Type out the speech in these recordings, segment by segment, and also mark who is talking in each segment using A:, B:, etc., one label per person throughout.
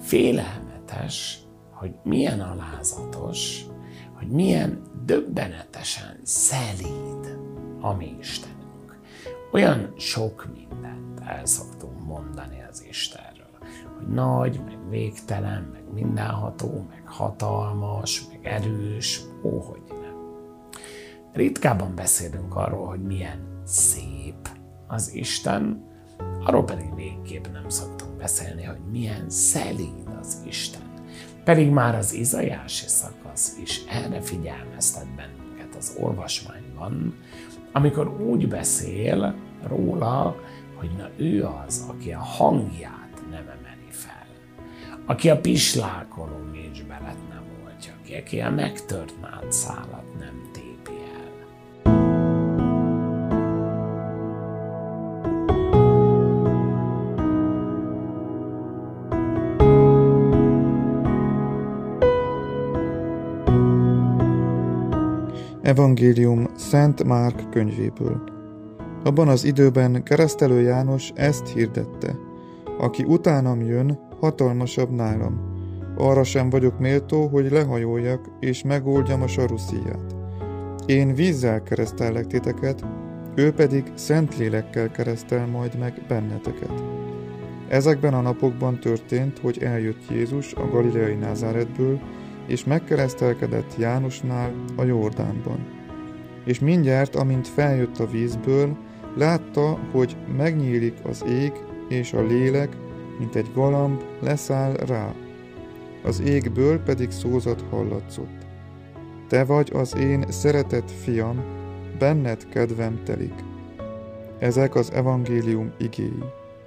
A: Félelmetes, hogy milyen alázatos, hogy milyen döbbenetesen szelíd a mi Istenünk. Olyan sok mindent el szoktunk mondani az Istenről, hogy nagy, meg végtelen, meg mindenható, meg hatalmas, meg erős, óhogy nem. Ritkában beszélünk arról, hogy milyen szép az Isten, arról pedig végképp nem szoktunk beszélni, hogy milyen szelíd az Isten. Pedig már az izaiási szakasz is erre figyelmeztet bennünket az olvasmányban, amikor úgy beszél róla, hogy na ő az, aki a hangját nem emeli fel, aki a pislákoló mécsbelet nem oltja ki, aki a megtört nádszálat nem tépi el.
B: Evangélium Szent Márk könyvéből. Abban az időben Keresztelő János ezt hirdette: aki utánam jön, hatalmasabb nálam. Arra sem vagyok méltó, hogy lehajoljak és megoldjam a saruszíját. Én vízzel keresztellek titeket, ő pedig Szentlélekkel keresztel majd meg benneteket. Ezekben a napokban történt, hogy eljött Jézus a galileai Názáretből, és megkeresztelkedett Jánosnál a Jordánban. És mindjárt, amint feljött a vízből, látta, hogy megnyílik az ég, és a lélek, mint egy galamb, leszáll rá. Az égből pedig szózat hallatszott: te vagy az én szeretett fiam, benned kedvem telik. Ezek az evangélium igéi.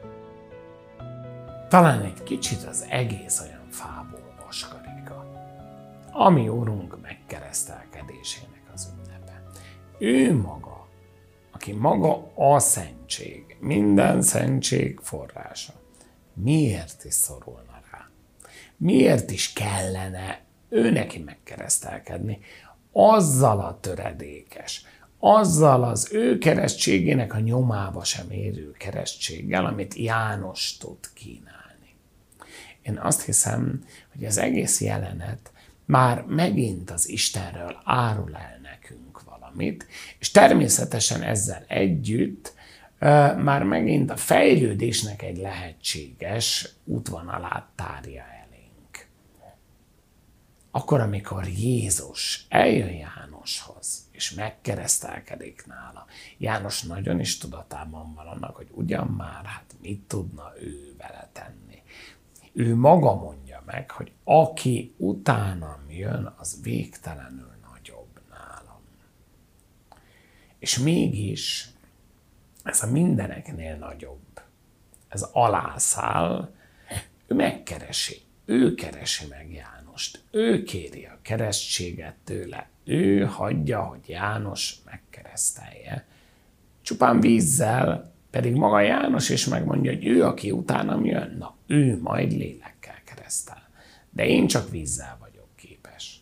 A: Talán egy kicsit az egész olyan fából vaskarika, a mi Urunk megkeresztelkedésének az ünnepe. Ő maga, aki maga a szentség, minden szentség forrása, miért is szorulna rá? Miért is kellene ő neki megkeresztelkedni azzal a töredékes, azzal az ő keresztségének a nyomába sem érő keresztséggel, amit János tud kínálni? Én azt hiszem, hogy az egész jelenet már megint az Istenről árul el nekünk valamit, és természetesen ezzel együtt már megint a fejlődésnek egy lehetséges útvonalát tárja elénk. Akkor, amikor Jézus eljön Jánoshoz, és megkeresztelkedik nála, János nagyon is tudatában van annak, hogy ugyan már, hát mit tudna ő vele tenni. Ő maga mondja meg, hogy aki utánam jön, az végtelenül nagyobb nálam. És mégis ez a mindeneknél nagyobb, ez alászáll, ő megkeresi, ő keresi meg Jánost, ő kéri a keresztséget tőle, ő hagyja, hogy János megkeresztelje. Csupán vízzel, pedig maga János is megmondja, hogy ő, aki utánam jön, na ő majd lélekkel keresztel. De én csak vízzel vagyok képes.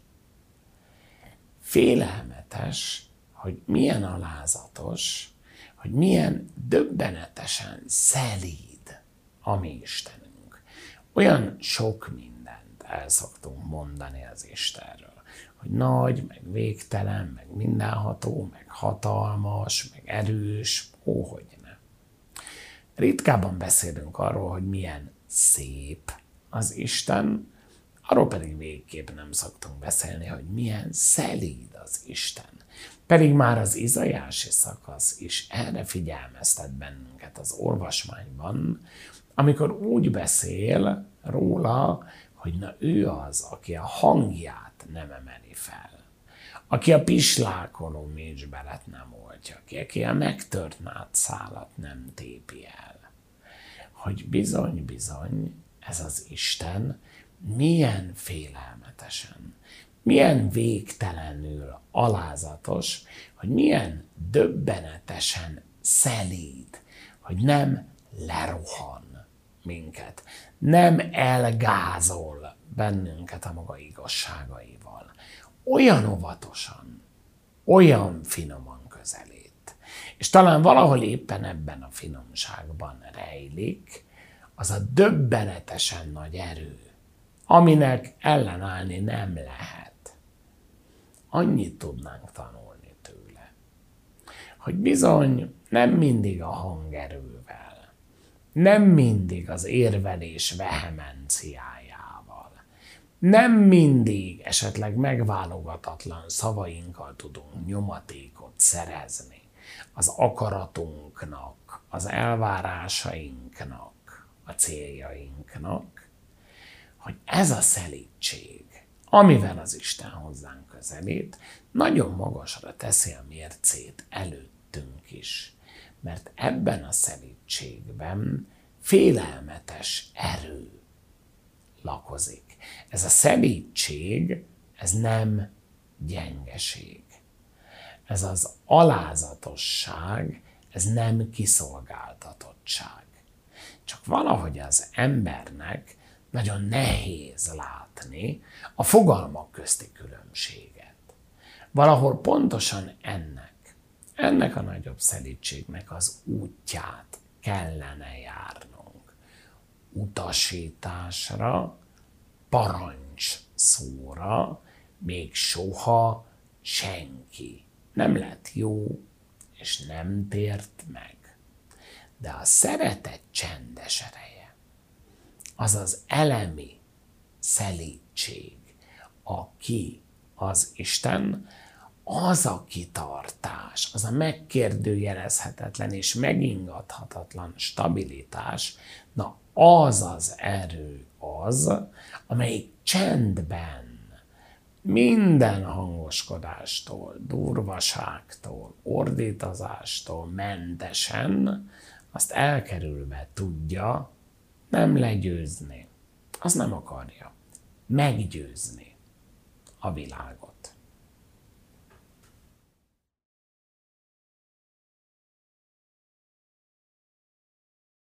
A: Félelmetes, hogy milyen alázatos, hogy milyen döbbenetesen szelíd a mi Istenünk. Olyan sok mindent el szoktunk mondani az Istenről, hogy nagy, meg végtelen, meg mindenható, meg hatalmas, meg erős, óhogy nem. Ritkában beszélünk arról, hogy milyen szép az Isten, arról pedig végképp nem szoktunk beszélni, hogy milyen szelíd az Isten. Pedig már az izaiási szakasz is erre figyelmeztet bennünket az olvasmányban, amikor úgy beszél róla, hogy na ő az, aki a hangját nem emeli fel, aki a pislákoló mécsbelet nem oltja ki, aki a megtört nádszálat nem tépi el. Hogy bizony, ez az Isten milyen félelmetesen, milyen végtelenül alázatos, hogy milyen döbbenetesen szelíd, hogy nem lerohan minket, nem elgázol bennünket a maga igazságaival. Olyan óvatosan, olyan finoman közelít. És talán valahol éppen ebben a finomságban rejlik az a döbbenetesen nagy erő, aminek ellenállni nem lehet. Annyit tudnánk tanulni tőle, hogy bizony nem mindig a hangerővel, nem mindig az érvelés vehemenciájával, nem mindig esetleg megválogatatlan szavainkkal tudunk nyomatékot szerezni az akaratunknak, az elvárásainknak, a céljainknak, hogy ez a szelídség, amivel az Isten hozzánk közelít, nagyon magasra teszi a mércét előttünk is, mert ebben a szelídségben félelmetes erő lakozik. Ez a szelídség, ez nem gyengeség. Ez az alázatosság, ez nem kiszolgáltatottság. Csak valahogy az embernek nagyon nehéz látni a fogalmak közti különbséget. Valahol pontosan ennek a nagyobb szelídségnek az útját kellene járnunk. Utasításra, parancs szóra még soha senki nem lett jó, és nem tért meg. De a szeretet csendes ereje, az az elemi szelídség, aki az Isten, az a kitartás, az a megkérdőjelezhetetlen és megingathatatlan stabilitás, na az az erő az, amelyik csendben minden hangoskodástól, durvaságtól, ordítozástól mentesen, azt elkerülve tudja nem legyőzni, azt nem akarja meggyőzni a világot.